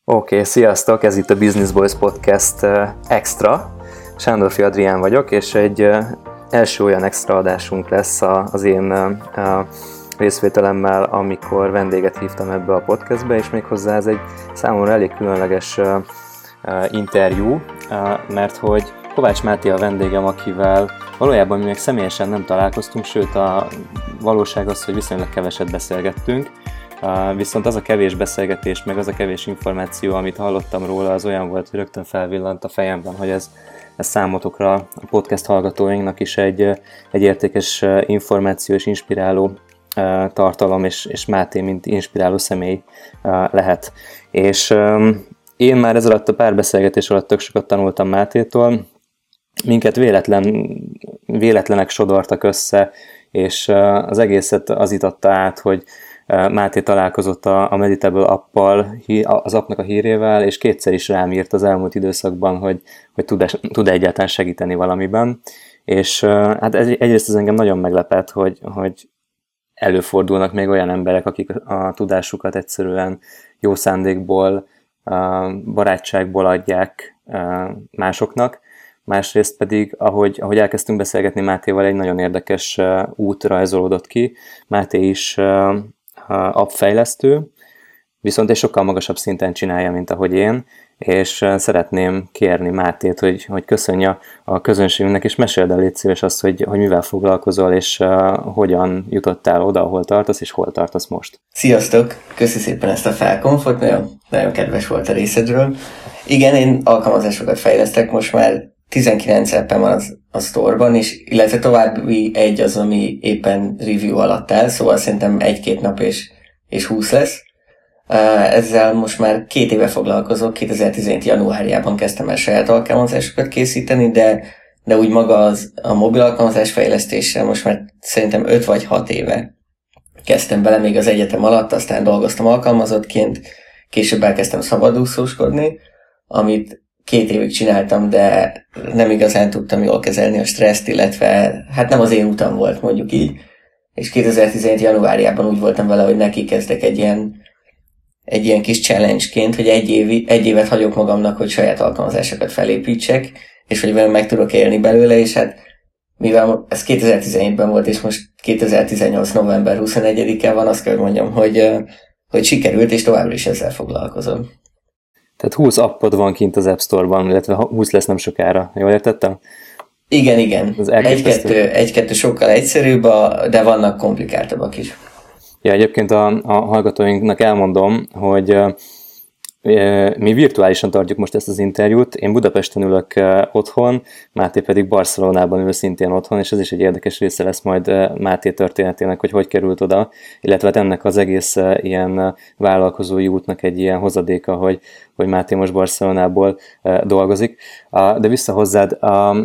Oké, sziasztok! Ez itt a Business Boys Podcast Extra. Sándorfi Adrián vagyok, és egy első olyan extra adásunk lesz az én részvételemmel, amikor vendéget hívtam ebbe a podcastbe, és méghozzá ez egy számomra elég különleges interjú, mert hogy Kovács Máté a vendégem, akivel valójában mi még személyesen nem találkoztunk, sőt a valóság az, hogy viszonylag keveset beszélgettünk. Viszont az a kevés beszélgetés, meg az a kevés információ, amit hallottam róla, az olyan volt, hogy rögtön felvillant a fejemben, hogy ez számotokra, a podcast hallgatóinknak is egy értékes információ és inspiráló tartalom, és Máté, mint inspiráló személy lehet. És én már ez alatt a pár beszélgetés alatt tök sokat tanultam Mátétól, minket véletlenek sodortak össze, és az egészet az itatta át, hogy Máté találkozott a Meditable appal, az appnak a hírével, és kétszer is rám írt az elmúlt időszakban, hogy tud egyáltalán segíteni valamiben. És hát egyrészt ez engem nagyon meglepett, hogy előfordulnak még olyan emberek, akik a tudásukat egyszerűen jó szándékból, barátságból adják másoknak. Másrészt pedig, ahogy elkezdtünk beszélgetni Mátéval, egy nagyon érdekes út rajzolódott ki. Máté is appfejlesztő, viszont egy sokkal magasabb szinten csinálja, mint ahogy én, és szeretném kérni Mátét, hogy köszönje a közönségünknek, és meséld el, légy szíves azt, hogy mivel foglalkozol, és hogyan jutottál oda, ahol tartasz, és hol tartasz most. Sziasztok! Köszi szépen ezt a felkonfot, nagyon kedves volt a részedről. Igen, én alkalmazásokat fejlesztek, most már 19 appem van a store-ban, illetve további egy az, ami éppen review alatt áll, szóval szerintem 1-2 nap és 20 lesz. Ezzel most már 2 éve foglalkozok, 2017. januárjában kezdtem el saját alkalmazásokat készíteni, de úgy maga a mobil alkalmazás fejlesztéssel most már szerintem 5 vagy 6 éve kezdtem bele még az egyetem alatt, aztán dolgoztam alkalmazottként, később elkezdtem szabadúszóskodni, amit 2 évig csináltam, de nem igazán tudtam jól kezelni a stresszt, illetve hát nem az én utam volt, mondjuk így. És 2017. januárjában úgy voltam vele, hogy neki kezdek egy ilyen kis challenge-ként, hogy egy évet hagyok magamnak, hogy saját alkalmazásokat felépítsek, és hogy meg tudok élni belőle, és hát mivel ez 2017-ben volt, és most 2018. november 21-e van, azt kell, hogy mondjam, hogy sikerült, és továbbra is ezzel foglalkozom. Tehát 20 appod van kint az App Store-ban, illetve 20 lesz nem sokára. Jól értettem? Igen. Egy-kettő sokkal egyszerűbb, de vannak komplikáltabbak is. Ja, egyébként a hallgatóinknak elmondom, hogy mi virtuálisan tartjuk most ezt az interjút. Én Budapesten ülök otthon, Máté pedig Barcelonában ül szintén otthon, és ez is egy érdekes része lesz majd Máté történetének, hogy került oda, illetve ennek az egész ilyen vállalkozói útnak egy ilyen hozadéka, hogy Máté most Barcelonából dolgozik. De vissza hozzád,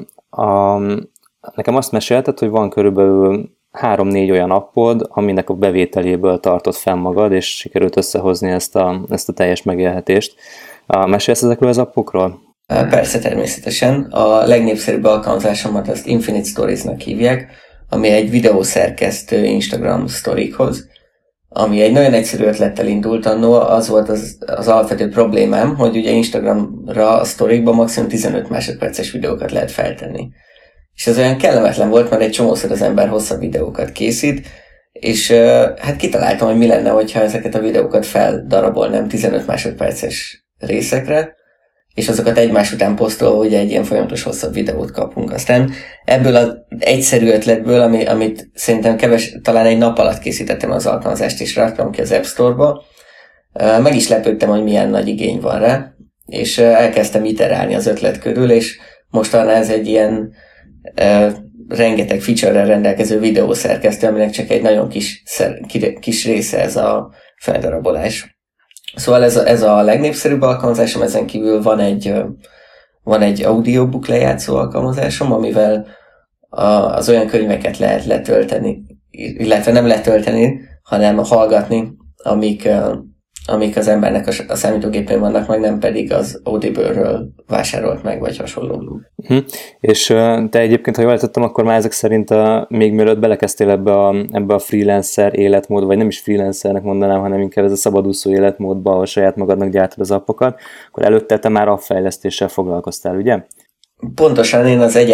nekem azt mesélted, hogy van körülbelül 3-4 olyan appod, aminek a bevételéből tartod fenn magad, és sikerült összehozni ezt a teljes megélhetést. Mesélsz ezekről az appokról? Persze, természetesen. A legnépszerűbb alkalmazásomat azt Infinite Stories-nak hívják, ami egy videószerkesztő Instagram sztorikhoz, ami egy nagyon egyszerű ötlettel indult annó, az volt az alapvető problémám, hogy ugye Instagramra a sztorikban maximum 15 másodperces videókat lehet feltenni. És ez olyan kellemetlen volt, mert egy csomószor az ember hosszabb videókat készít, és hát kitaláltam, hogy mi lenne, hogyha ezeket a videókat feldarabolnám 15 másodperces részekre, és azokat egymás után posztolva, hogy egy ilyen folyamatos hosszabb videót kapunk. Aztán ebből az egyszerű ötletből, amit szerintem talán egy nap alatt készítettem az alkalmazást, és raktam ki az App Store-ba, meg is lepődtem, hogy milyen nagy igény van rá, és elkezdtem iterálni az ötlet körül, és mostanában ez egy ilyen rengeteg feature-rel rendelkező videószerkesztő, aminek csak egy nagyon kis része ez a feldarabolás. Szóval ez a legnépszerűbb alkalmazásom, ezen kívül van egy audiobook lejátszó alkalmazásom, amivel az olyan könyveket lehet letölteni, illetve nem letölteni, hanem hallgatni, amik az embernek a számítógépén vannak, meg nem pedig az Audible-ről vásárolt meg, vagy hasonló. És te egyébként, ha jól tettem, akkor már ezek szerint még mielőtt belekezdtél ebbe a freelancer életmódba, vagy nem is freelancernek mondanám, hanem inkább ez a szabadúszó életmódba, ahol saját magadnak gyártod az appokat, akkor előtte te már appfejlesztéssel foglalkoztál, ugye? Pontosan, én az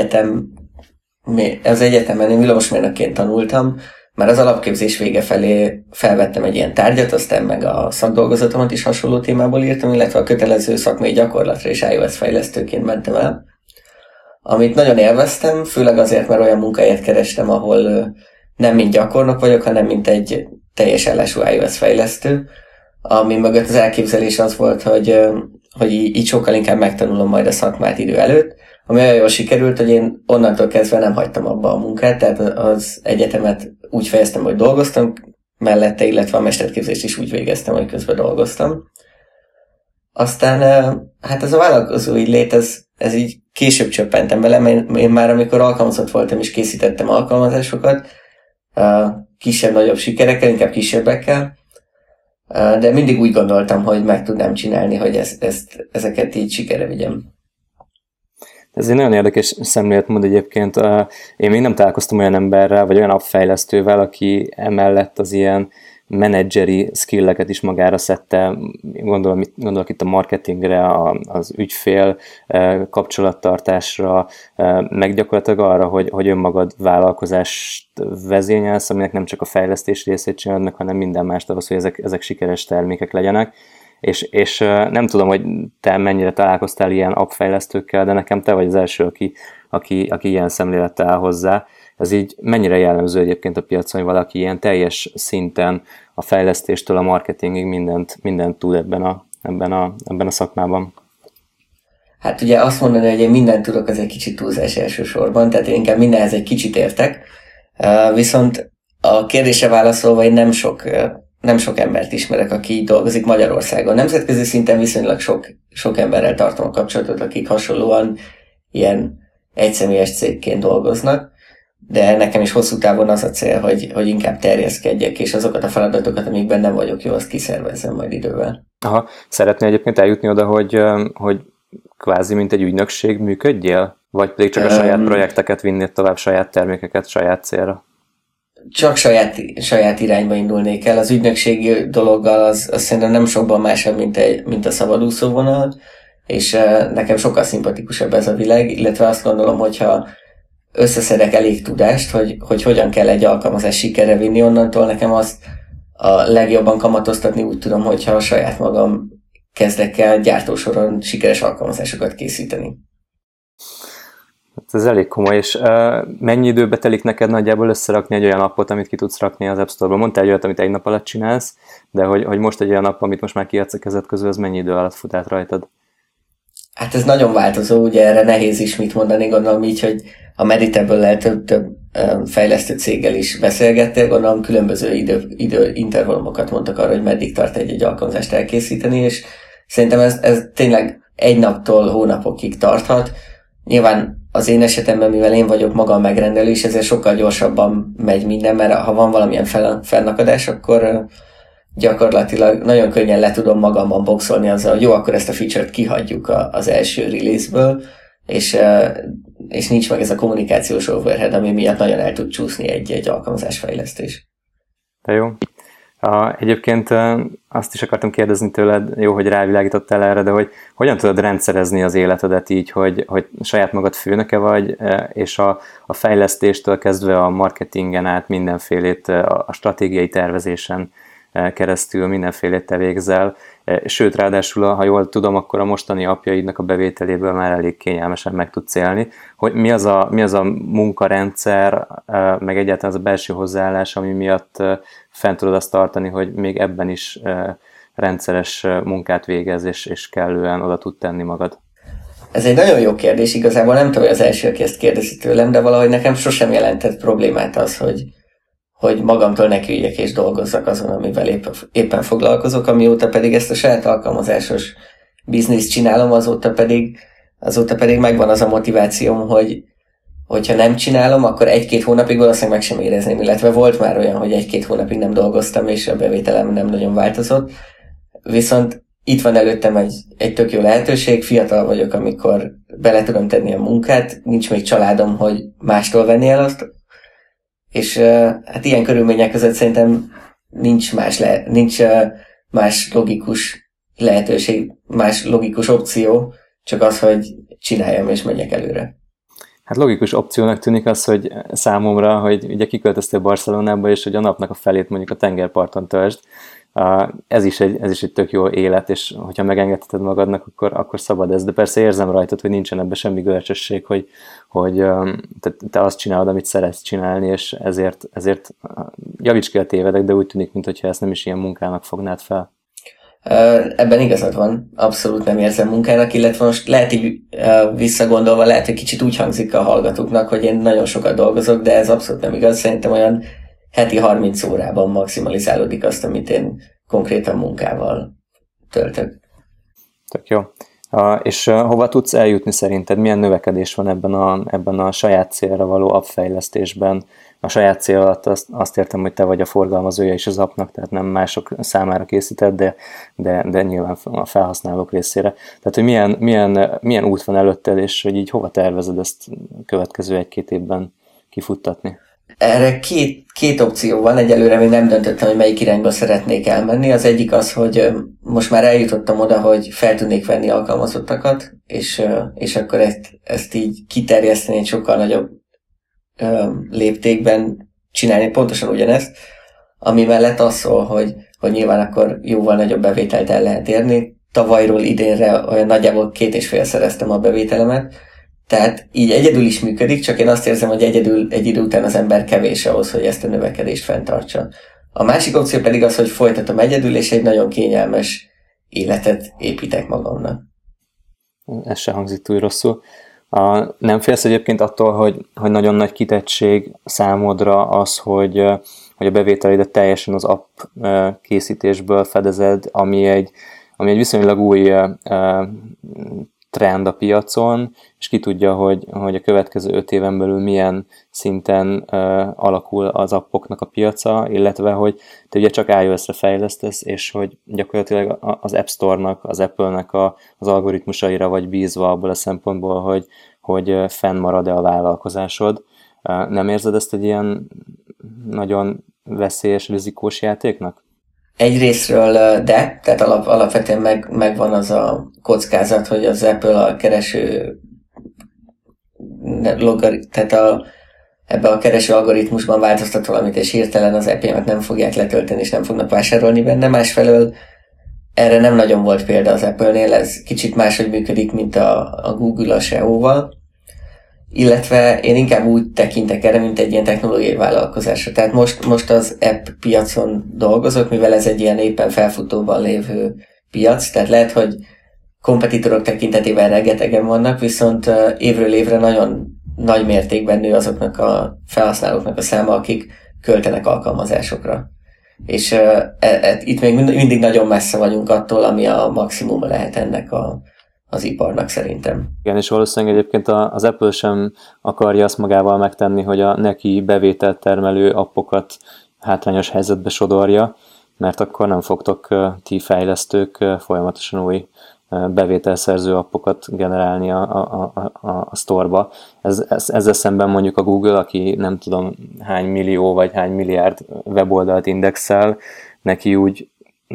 egyetemen én villamosmérnökként tanultam, már az alapképzés vége felé felvettem egy ilyen tárgyat, aztán meg a szakdolgozatomat is hasonló témából írtam, illetve a kötelező szakmai gyakorlatra és iOS fejlesztőként mentem el, amit nagyon élveztem, főleg azért, mert olyan munkahelyet kerestem, ahol nem mint gyakornok vagyok, hanem mint egy teljes állású iOS fejlesztő, ami mögött az elképzelés az volt, hogy így sokkal inkább megtanulom majd a szakmát idő előtt, ami olyan jól sikerült, hogy én onnantól kezdve nem hagytam abba a munkát, tehát az egyetemet úgy fejeztem, hogy dolgoztam mellette, illetve a mesterképzést is úgy végeztem, hogy közben dolgoztam. Aztán hát ez a vállalkozói lét, ez így később csöppentem bele, mert én már amikor alkalmazott voltam és készítettem alkalmazásokat, kisebb-nagyobb sikerekkel, inkább kisebbekkel, de mindig úgy gondoltam, hogy meg tudnám csinálni, hogy ezeket így sikerre vigyem. Ez egy nagyon érdekes szemléletmód egyébként. Én még nem találkoztam olyan emberrel, vagy olyan appfejlesztővel, aki emellett az ilyen menedzseri skilleket is magára szedte. Gondolok itt a marketingre, az ügyfél kapcsolattartásra, meg gyakorlatilag arra, hogy önmagad vállalkozást vezényelsz, aminek nem csak a fejlesztés részét csinálod meg, hanem minden mást ahhoz, hogy ezek sikeres termékek legyenek. És nem tudom, hogy te mennyire találkoztál ilyen appfejlesztőkkel, de nekem te vagy az első, aki ilyen szemlélettel áll hozzá. Ez így mennyire jellemző egyébként a piacon, hogy valaki ilyen teljes szinten a fejlesztéstől a marketingig mindent tud ebben a szakmában? Hát ugye azt mondani, hogy én mindent tudok, az egy kicsit túlzás elsősorban, tehát én inkább mindenhez egy kicsit értek, viszont a kérdésre válaszolva én nem sok embert ismerek, aki így dolgozik Magyarországon. Nemzetközi szinten viszonylag sok emberrel tartom a kapcsolatot, akik hasonlóan ilyen egyszemélyes cégként dolgoznak, de nekem is hosszú távon az a cél, hogy inkább terjeszkedjek, és azokat a feladatokat, amikben nem vagyok jó, azt kiszervezzem majd idővel. Aha, szeretnél egyébként eljutni oda, hogy kvázi mint egy ügynökség működjél? Vagy pedig csak a saját projekteket vinnéd tovább, saját termékeket, saját célra? Csak saját irányba indulnék el. Az ügynökség dologgal az szerintem nem sokban másabb, mint a szabadúszó vonal, és nekem sokkal szimpatikusabb ez a világ, illetve azt gondolom, hogyha összeszedek elég tudást, hogy hogyan kell egy alkalmazás sikerre vinni, onnantól nekem azt a legjobban kamatoztatni úgy tudom, hogyha a saját magam kezdek el gyártósoron sikeres alkalmazásokat készíteni. Ez elég komoly, és mennyi időbe telik neked nagyjából összerakni egy olyan appot, amit ki tudsz rakni az App Store-ba? Mondtál egy olyat, amit egy nap alatt csinálsz, de hogy most egy olyan app, amit most már kiadsz a kezed közül, az mennyi idő alatt fut át rajtad? Hát ez nagyon változó, ugye erre nehéz is mit mondani, gondolom így, hogy a Meditable-lel több fejlesztő céggel is beszélgettél, gondolom különböző időintervallumokat mondtak arra, hogy meddig tart egy alkalmazást elkészíteni, és szerintem ez tényleg egy naptól hónapokig tarthat. Nyilván az én esetemben, mivel én vagyok maga a megrendelő, és ezért sokkal gyorsabban megy minden, mert ha van valamilyen fennakadás, akkor gyakorlatilag nagyon könnyen le tudom magamban boxolni azzal, hogy jó, akkor ezt a feature-t kihagyjuk az első release-ből, és nincs meg ez a kommunikációs overhead, ami miatt nagyon el tud csúszni egy alkalmazásfejlesztés. De jó. Egyébként azt is akartam kérdezni tőled, jó, hogy rávilágítottál erre, de hogy hogyan tudod rendszerezni az életedet így, hogy saját magad főnöke vagy, és a fejlesztéstől kezdve a marketingen át mindenfélét, a stratégiai tervezésen keresztül mindenfélét te végzel, sőt, ráadásul, ha jól tudom, akkor a mostani appjaidnak a bevételéből már elég kényelmesen meg tudsz élni. Hogy mi az a munkarendszer, meg egyáltalán az a belső hozzáállás, ami miatt fent tudod azt tartani, hogy még ebben is rendszeres munkát végez, és kellően oda tud tenni magad? Ez egy nagyon jó kérdés, igazából nem tudom, hogy az első, aki ezt kérdezi tőlem, de valahogy nekem sosem jelentett problémát az, hogy magamtól nekiüljek és dolgozzak azon, amivel éppen foglalkozok, amióta pedig ezt a saját alkalmazásos bizniszt csinálom, azóta pedig megvan az a motivációm, hogyha nem csinálom, akkor 1-2 hónapig valószínűleg meg sem érezném, illetve volt már olyan, hogy 1-2 hónapig nem dolgoztam, és a bevételem nem nagyon változott. Viszont itt van előttem egy tök jó lehetőség, fiatal vagyok, amikor bele tudom tenni a munkát, nincs még családom, hogy mástól venni el azt, és hát ilyen körülmények között szerintem nincs más logikus lehetőség, más logikus opció, csak az, hogy csináljam és menjek előre. Hát logikus opciónak tűnik az, hogy számomra, hogy ugye kiköltöztél Barcelonába, és hogy a napnak a felét mondjuk a tengerparton töltsd. Ez is egy tök jó élet, és hogyha megengedheted magadnak, akkor szabad ez. De persze érzem rajtad, hogy nincsen ebben semmi görcsösség, hogy te azt csinálod, amit szeretsz csinálni, és ezért javíts ki a tévedek, de úgy tűnik, mintha ezt nem is ilyen munkának fognád fel. Ebben igazad van, abszolút nem érzem munkának, illetve most lehet így visszagondolva, lehet, hogy kicsit úgy hangzik a hallgatóknak, hogy én nagyon sokat dolgozok, de ez abszolút nem igaz, szerintem olyan heti 30 órában maximalizálódik azt, amit én konkrétan munkával töltök. Tök jó. És hova tudsz eljutni szerinted? Milyen növekedés van ebben a saját célra való appfejlesztésben? A saját cél alatt azt értem, hogy te vagy a forgalmazója is az appnak, tehát nem mások számára készíted, de nyilván a felhasználók részére. Tehát, hogy milyen út van előtted, és hogy így hova tervezed ezt következő 1-2 évben kifuttatni? Erre két opció van, egyelőre még nem döntöttem, hogy melyik irányba szeretnék elmenni. Az egyik az, hogy most már eljutottam oda, hogy fel tudnék venni alkalmazottakat, és akkor ezt így kiterjeszteni egy sokkal nagyobb léptékben csinálni pontosan ugyanezt, ami mellett az szól, hogy nyilván akkor jóval nagyobb bevételt el lehet érni. Tavalyról idénre olyan nagyjából 2,5-szereztem a bevételemet, tehát így egyedül is működik, csak én azt érzem, hogy egyedül egy idő után az ember kevés ahhoz, hogy ezt a növekedést fenntartsa. A másik opció pedig az, hogy folytatom egyedül, és egy nagyon kényelmes életet építek magamnak. Ez se hangzik túl rosszul. Nem félsz egyébként attól, hogy nagyon nagy kitettség számodra az, hogy a bevételidet teljesen az app készítésből fedezed, ami egy viszonylag új trend a piacon, és ki tudja, hogy a következő 5 éven belül milyen szinten alakul az appoknak a piaca, illetve hogy te ugye csak iOS-re fejlesztesz, és hogy gyakorlatilag az App Store-nak, az Apple-nek az algoritmusaira vagy bízva abból a szempontból, hogy fennmarad-e a vállalkozásod. Nem érzed ezt egy ilyen nagyon veszélyes, rizikós játéknak? Egyrészről tehát alapvetően megvan az a kockázat, hogy az Apple a kereső tehát ebben a kereső algoritmusban változtat valamit, és hirtelen az appjaimat nem fogják letölteni, és nem fognak vásárolni benne. Másfelől erre nem nagyon volt példa az Apple-nél, ez kicsit máshogy működik, mint a Google a SEO-val, illetve én inkább úgy tekintek erre, mint egy ilyen technológiai vállalkozásra. Tehát most az app piacon dolgozok, mivel ez egy ilyen éppen felfutóban lévő piac, tehát lehet, hogy kompetitorok tekintetében rengetegen vannak, viszont évről évre nagyon nagy mértékben nő azoknak a felhasználóknak a száma, akik költenek alkalmazásokra. És itt még mindig nagyon messze vagyunk attól, ami a maximum lehet ennek az iparnak szerintem. Igen, és valószínűleg egyébként az Apple sem akarja azt magával megtenni, hogy a neki bevételt termelő appokat hátrányos helyzetbe sodorja, mert akkor nem fogtok ti fejlesztők folyamatosan új bevételszerző appokat generálni a store-ba. Ezzel szemben mondjuk a Google, aki nem tudom hány millió vagy hány milliárd weboldalt indexel, neki úgy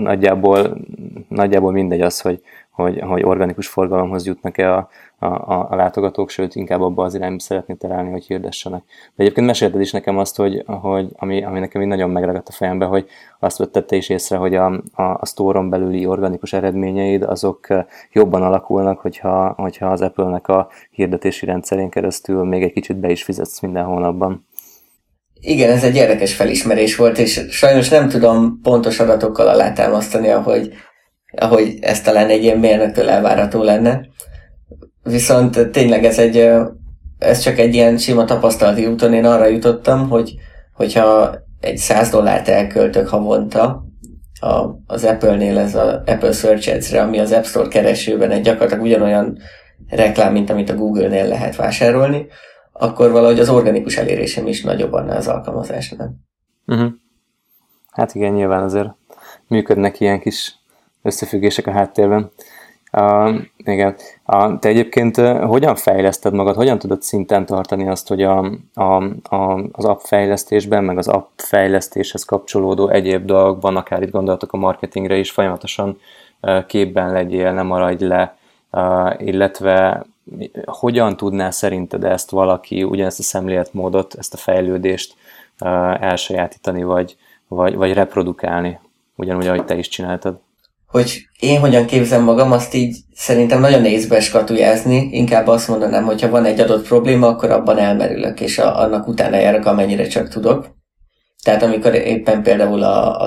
nagyjából mindegy az, hogy organikus forgalomhoz jutnak-e a látogatók, sőt, inkább abba az irányba szeretnék terelni, hogy hirdessenek. De egyébként mesélted is nekem azt, ami nekem így nagyon megragadt a fejembe, hogy azt vettette is észre, hogy a store-on belüli organikus eredményeid, azok jobban alakulnak, hogyha az Apple-nek a hirdetési rendszerén keresztül még egy kicsit be is fizetsz minden hónapban. Igen, ez egy érdekes felismerés volt, és sajnos nem tudom pontos adatokkal alátámasztani, ahogy ez talán egy ilyen mérnöktől elvárható lenne. Viszont tényleg ez csak egy ilyen sima tapasztalati úton. Én arra jutottam, hogyha egy $100 elköltök havonta az Apple-nél, ez az Apple Search Ads-re, ami az App Store keresőben egy gyakorlatilag ugyanolyan reklám, mint amit a Google-nél lehet vásárolni, akkor valahogy az organikus elérésem is nagyobb annál az alkalmazásnál. Hát igen, nyilván azért működnek ilyen kis összefüggések a háttérben. Igen. Te egyébként hogyan fejleszted magad, hogyan tudod szinten tartani azt, hogy az app fejlesztésben, meg az app fejlesztéshez kapcsolódó egyéb dolgokban, akár itt gondoltok a marketingre is, folyamatosan képben legyél, ne maradj le, illetve hogyan tudná szerinted ezt valaki, ugyanezt a szemléletmódot, ezt a fejlődést elsajátítani, vagy reprodukálni, ugyanúgy, ahogy te is csináltad? Hogy én hogyan képzem magam, azt így szerintem nagyon nehéz beskatujázni, inkább azt mondanám, hogy ha van egy adott probléma, akkor abban elmerülök, és annak utána járok, amennyire csak tudok. Tehát amikor éppen például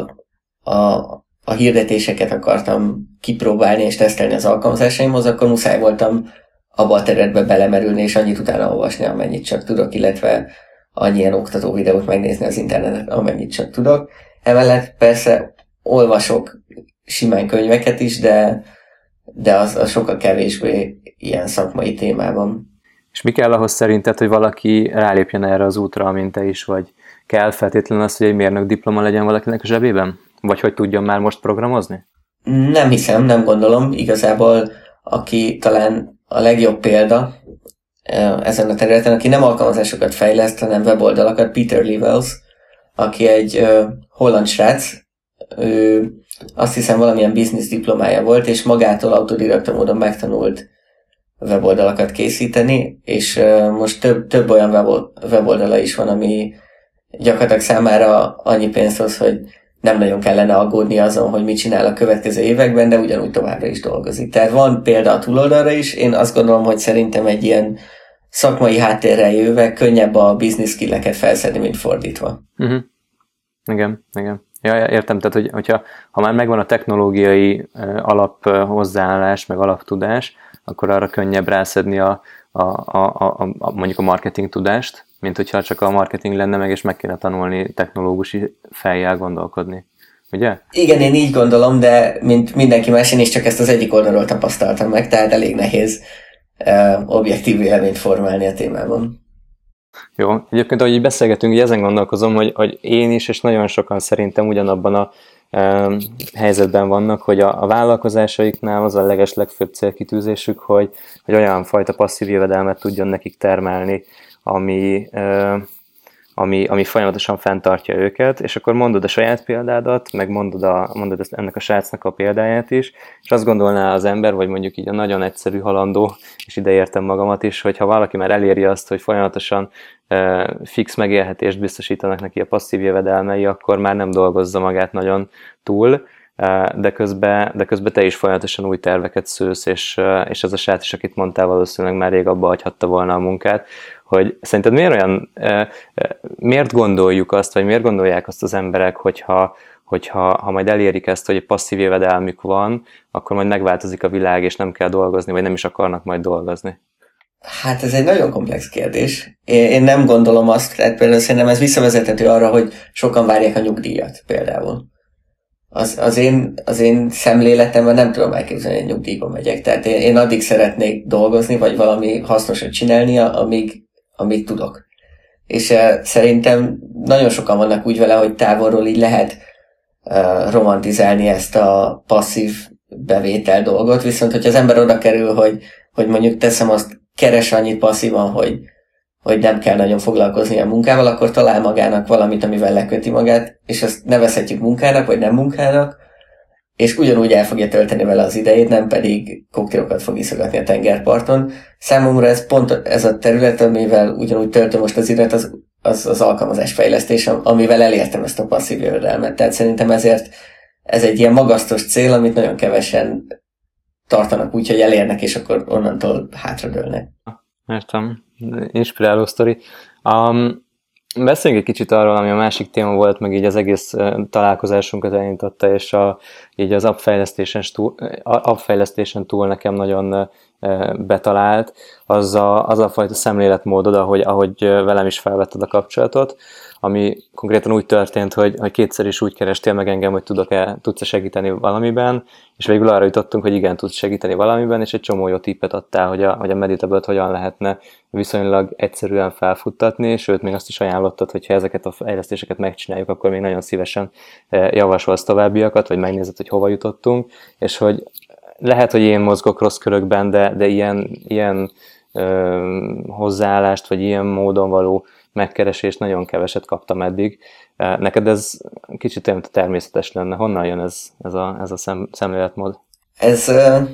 a hirdetéseket akartam kipróbálni és tesztelni az alkalmazásaimhoz, akkor muszáj voltam abba a területbe belemerülni, és annyit utána olvasni, amennyit csak tudok, illetve annyi ilyen oktató videót megnézni az interneten, amennyit csak tudok. Emellett persze olvasok simán könyveket is, de az sokkal kevésbé ilyen szakmai témában. És mi kell ahhoz szerinted, hogy valaki rálépjen erre az útra, amint te is vagy? Kell feltétlenül az, hogy egy mérnök diploma legyen valakinek a zsebében? Vagy hogy tudjon már most programozni? Nem hiszem, nem gondolom. Igazából aki talán a legjobb példa ezen a területen, aki nem alkalmazásokat fejleszt, hanem weboldalakat, Peter Levels, aki egy holland srác, ő azt hiszem valamilyen business diplomája volt, és magától autodidakta módon megtanult weboldalakat készíteni, és most több olyan weboldala is van, ami gyakorlatilag számára annyi pénzt hoz, hogy nem nagyon kellene aggódni azon, hogy mit csinál a következő években, de ugyanúgy továbbra is dolgozik. Tehát van példa a túloldalra is, én azt gondolom, hogy szerintem egy ilyen szakmai háttérrel jöve könnyebb a business skilleket felszedni, mint fordítva. Uh-huh. Igen. Ja, értem, tehát hogyha már megvan a technológiai alap hozzáállás, meg alaptudás, akkor arra könnyebb rászedni mondjuk a marketing tudást, mint hogyha csak a marketing lenne meg, és meg kéne tanulni technológusi fejjel gondolkodni. Ugye? Igen, én így gondolom, de mint mindenki más, én is csak ezt az egyik oldalról tapasztaltam meg, tehát elég nehéz objektív véleményt formálni a témában. Jó, egyébként ahogy így beszélgetünk, így ezen gondolkozom, hogy én is, és nagyon sokan szerintem ugyanabban a helyzetben vannak, hogy a vállalkozásaiknál az a legfőbb célkitűzésük, hogy olyan fajta passzív jövedelmet tudjon nekik termelni, ami folyamatosan fenntartja őket, és akkor mondod a saját példádat, meg mondod ennek a srácnak a példáját is, és azt gondolná az ember, vagy mondjuk így a nagyon egyszerű halandó, és ide értem magamat is, hogy ha valaki már eléri azt, hogy folyamatosan fix megélhetést biztosítanak neki a passzív jövedelmei, akkor már nem dolgozza magát nagyon túl, de közben te is folyamatosan új terveket szősz, és az a srác is, akit mondtál, valószínűleg már rég abba hagyhatta volna a munkát, hogy szerinted miért gondoljuk azt, vagy miért gondolják azt az emberek, hogyha majd elérik ezt, hogy egy passzív jövedelmük van, akkor majd megváltozik a világ, és nem kell dolgozni, vagy nem is akarnak majd dolgozni? Hát ez egy nagyon komplex kérdés. Én nem gondolom azt, tehát például szerintem ez visszavezethető arra, hogy sokan várják a nyugdíjat például. Az én szemléletemben nem tudom elképzelni, hogy nyugdíjba megyek. Tehát én addig szeretnék dolgozni, vagy valami hasznosat csinálni, amíg tudok. És szerintem nagyon sokan vannak úgy vele, hogy távolról így lehet romantizálni ezt a passzív bevétel dolgot, viszont hogyha az ember oda kerül, hogy mondjuk teszem azt, keres annyit passzívan, hogy nem kell nagyon foglalkozni a munkával, akkor talál magának valamit, amivel leköti magát, és azt nevezhetjük munkának, vagy nem munkának, és ugyanúgy el fogja tölteni vele az idejét, nem pedig koktélokat fog iszogatni a tengerparton. Számomra ez pont ez a terület, amivel ugyanúgy töltöm most az időt, az alkalmazásfejlesztés, amivel elértem ezt a passzív jövedelmet. Tehát szerintem ezért ez egy ilyen magasztos cél, amit nagyon kevesen tartanak úgy, hogy elérnek, és akkor onnantól hátradőlnek. Értem. Inspiráló sztori. Beszéljünk egy kicsit arról, ami a másik téma volt, meg így az egész találkozásunkat elindította, és így az appfejlesztésen túl nekem nagyon betalált, az a fajta szemléletmódod, ahogy velem is felvetted a kapcsolatot, ami konkrétan úgy történt, hogy kétszer is úgy kerestél meg engem, hogy tudsz-e segíteni valamiben, és végül arra jutottunk, hogy igen, tudsz segíteni valamiben, és egy csomó jó tippet adtál, hogy a Meditable-t hogyan lehetne viszonylag egyszerűen felfuttatni, sőt, még azt is ajánlottad, hogyha ezeket a fejlesztéseket megcsináljuk, akkor még nagyon szívesen javasolsz továbbiakat, vagy megnézed, hogy hova jutottunk, és hogy lehet, hogy én mozgok rossz körökben, de ilyen hozzáállást, vagy ilyen módon való megkeresést nagyon keveset kaptam eddig. Neked ez kicsit olyan természetes lenne. Honnan jön ez a szemléletmód? Ez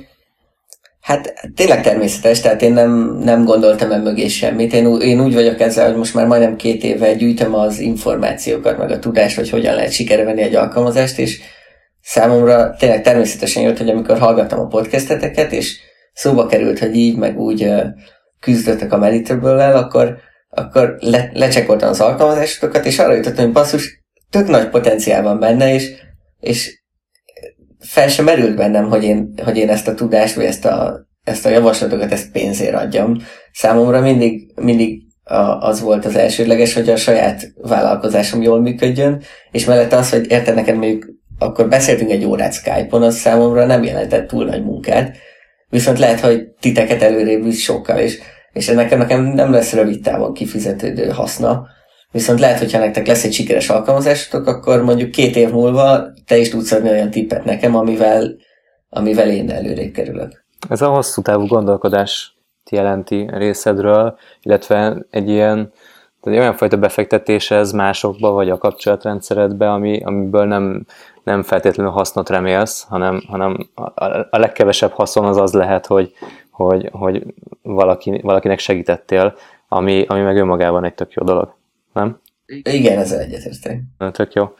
hát tényleg természetes, tehát én nem gondoltam mögé semmit. Én úgy vagyok ezzel, hogy most már majdnem 2 éve gyűjtöm az információkat, meg a tudást, hogy hogyan lehet sikerre venni egy alkalmazást, és számomra tényleg természetesen jött, hogy amikor hallgattam a podcasteteket, és szóba került, hogy így, meg úgy küzdöttek a Meditable-lel, akkor lecsekkoltam az alkalmazásokat, és arra jutottam, hogy basszus, tök nagy potenciál van benne, és fel sem merült bennem, hogy én ezt a tudást, vagy ezt a javaslatokat, ezt pénzért adjam. Számomra mindig az volt az elsődleges, hogy a saját vállalkozásom jól működjön, és mellette az, hogy érted, neked mondjuk akkor beszéltünk egy órát Skype-on, az számomra nem jelentett túl nagy munkát, viszont lehet, hogy titeket előrébb visz sokkal, és nekem nem lesz rövid távon kifizetődő haszna, viszont lehet, hogyha nektek lesz egy sikeres alkalmazásotok, akkor mondjuk 2 év múlva te is tudsz adni olyan tippet nekem, amivel én előrébb kerülök. Ez a hosszú távú gondolkodás jelenti részedről, illetve egy olyan fajta befektetés ez másokba, vagy a kapcsolatrendszeredbe, amiből nem feltétlenül hasznot remélsz, hanem a legkevesebb haszon az lehet, hogy valakinek segítettél, ami meg önmagában egy tök jó dolog, nem? Igen, ezzel egyetértek. Tök jó.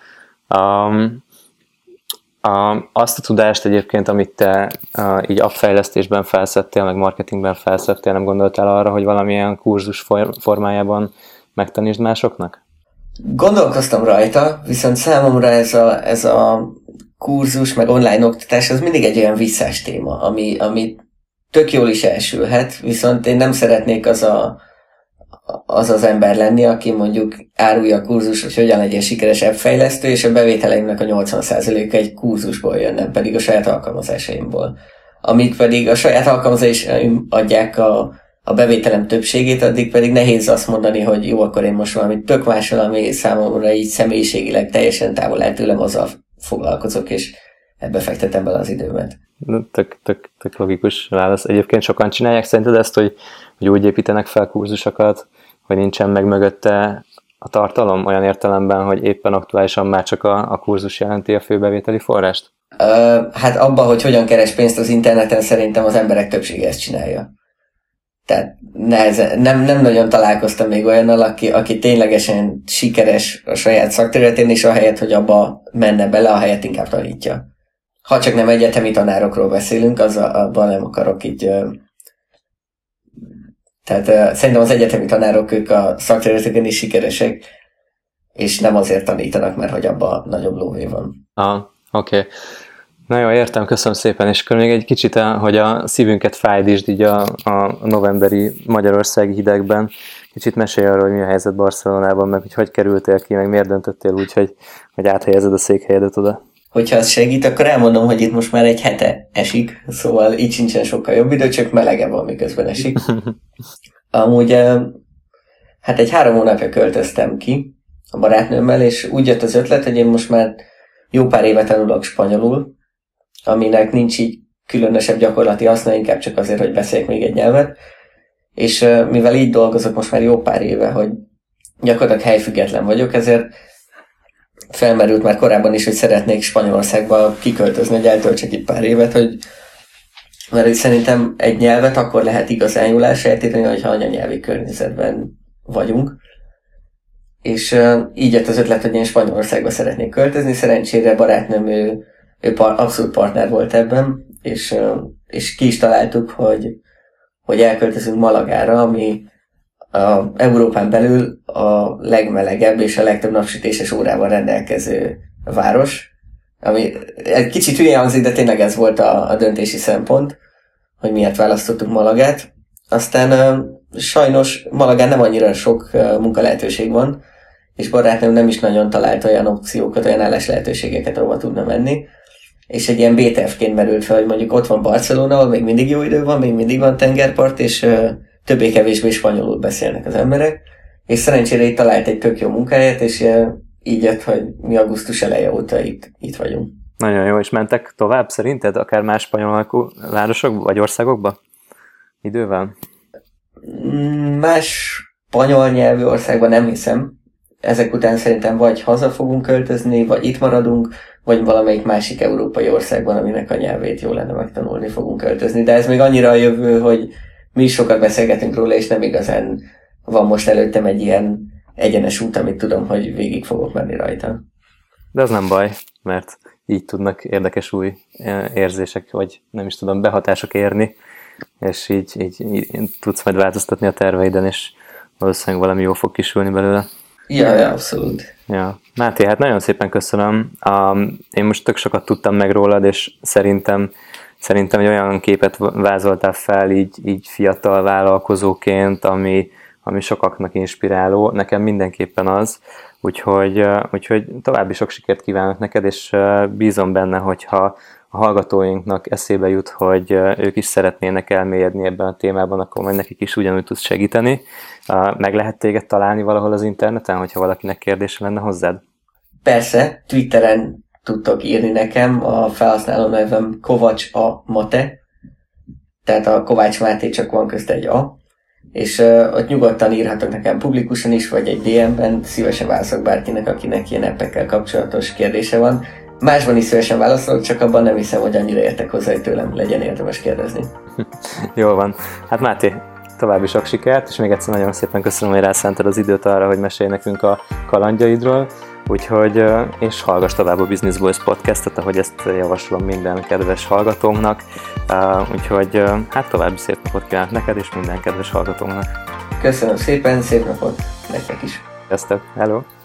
Azt a tudást egyébként, amit te így appfejlesztésben felszedtél, meg marketingben felszedtél, nem gondoltál arra, hogy valamilyen kurzus formájában megtanítsd másoknak? Gondolkoztam rajta, viszont számomra ez a kurzus, meg online oktatás, az mindig egy olyan visszás téma, ami tök jól is elsülhet, viszont én nem szeretnék az ember lenni, aki mondjuk árulja a kurzus, hogy hogyan legyen sikeres appfejlesztő, és a bevételeimnek a 80%-a egy kurzusból jön, nem pedig a saját alkalmazásaimból. Amíg pedig a saját alkalmazásaim adják a bevételem többségét, addig pedig nehéz azt mondani, hogy jó, akkor én most valamit tök mással, ami számomra így személyiségileg teljesen távol áll tőlem, azzal foglalkozok, és ebbe fektetem bele az időmet. Tök logikus válasz. Egyébként sokan csinálják szerinted ezt, hogy úgy építenek fel kurzusokat, hogy nincsen meg mögötte a tartalom, olyan értelemben, hogy éppen aktuálisan már csak a kurzus jelenti a főbevételi forrást? Hát abban, hogy hogyan keres pénzt az interneten, szerintem az emberek többsége ezt csinálja. Tehát nem nagyon találkoztam még olyannal, aki ténylegesen sikeres a saját szakterületén, és ahelyett, hogy abba menne bele, ahelyett inkább tanítja. Ha csak nem egyetemi tanárokról beszélünk, abban nem akarok így... Tehát szerintem az egyetemi tanárok, ők a szakterületeken is sikeresek, és nem azért tanítanak, mert hogy abban nagyobb lóvé van. Oké. Na jó, értem, köszönöm szépen, és akkor még egy kicsit, hogy a szívünket fájdítsd így a novemberi magyarországi hidegben. Kicsit mesélj arról, hogy mi a helyzet Barcelonában, meg hogy kerültél ki, meg miért döntöttél úgy, hogy áthelyezed a székhelyedet oda. Hogyha az segít, akkor elmondom, hogy itt most már egy hete esik, szóval így sincsen sokkal jobb idő, csak melegebb van, miközben esik. Amúgy hát egy 3 hónapja költöztem ki a barátnőmmel, és úgy jött az ötlet, hogy én most már jó pár éve tanulok spanyolul, aminek nincs így különösebb gyakorlati haszna, inkább csak azért, hogy beszéljek még egy nyelvet. És mivel így dolgozok most már jó pár éve, hogy gyakorlatilag helyfüggetlen vagyok, ezért felmerült már korábban is, hogy szeretnék Spanyolországba kiköltözni, hogy eltöltsek itt pár évet, mert szerintem egy nyelvet akkor lehet igazán jól elsajátítani, hogyha anyanyelvi környezetben vagyunk. És így jött az ötlet, hogy én Spanyolországba szeretnék költözni. Szerencsére barátnőm, ő abszolút partner volt ebben, és ki is találtuk, hogy elköltözünk Malagára, ami Európán belül a legmelegebb és a legtöbb napsütéses órával rendelkező város, ami egy kicsit hülye hangzik, de tényleg ez volt a döntési szempont, hogy miért választottuk Malagát. Aztán sajnos Malagán nem annyira sok munkalehetőség van, és barátnőm nem is nagyon talált olyan opciókat, olyan állás lehetőségeket, ahova tudna menni, és egy ilyen BTF-ként merült fel, hogy mondjuk ott van Barcelona, ahol még mindig jó idő van, még mindig van tengerpart, és többé-kevésbé spanyolul beszélnek az emberek, és szerencsére itt talált egy tök jó munkáját, és így jött, hogy mi augusztus eleje óta itt vagyunk. Nagyon jó, és mentek tovább szerinted, akár más spanyol alkú városokba, vagy országokba idővel? Más spanyol nyelvű országban nem hiszem. Ezek után szerintem vagy haza fogunk költözni, vagy itt maradunk, vagy valamelyik másik európai országban, aminek a nyelvét jó lenne megtanulni, fogunk költözni. De ez még annyira a jövő, hogy mi is sokat beszélgetünk róla, és nem igazán van most előttem egy ilyen egyenes út, amit tudom, hogy végig fogok menni rajta. De az nem baj, mert így tudnak érdekes új érzések, vagy nem is tudom, behatások érni, és így tudsz majd változtatni a terveiden, és valószínűleg valami jó fog kisülni belőle. Ja, abszolút. Ja. Máté, hát nagyon szépen köszönöm. Én most tök sokat tudtam meg rólad, és szerintem egy olyan képet vázoltál fel így fiatal vállalkozóként, ami sokaknak inspiráló. Nekem mindenképpen az, úgyhogy további sok sikert kívánok neked, és bízom benne, hogyha a hallgatóinknak eszébe jut, hogy ők is szeretnének elmélyedni ebben a témában, akkor majd nekik is ugyanúgy tudsz segíteni. Meg lehet téged találni valahol az interneten, hogyha valakinek kérdése lenne hozzád? Persze, Twitteren tudtok írni nekem, a felhasználó nevem Kovacs a Mate, tehát a Kovács Máté, csak van közt egy A, és ott nyugodtan írhatok nekem publikusan is, vagy egy DM-ben, szívesen válaszolok bárkinek, akinek ilyen appekkel kapcsolatos kérdése van. Másban is szívesen válaszolok, csak abban nem hiszem, hogy annyira értek hozzá, hogy tőlem legyen érdemes kérdezni. Jól van. Hát Máté, további sok sikert, és még egyszer nagyon szépen köszönöm, hogy rászántad az időt arra, hogy mesélj nekünk a kalandjaidról, úgyhogy, és hallgass tovább a Business Boys podcastet, ahogy ezt javaslom minden kedves hallgatónknak, úgyhogy hát további szép napot kívánok neked és minden kedves hallgatónknak. Köszönöm szépen, szép napot nektek is. Sziasztok, hello!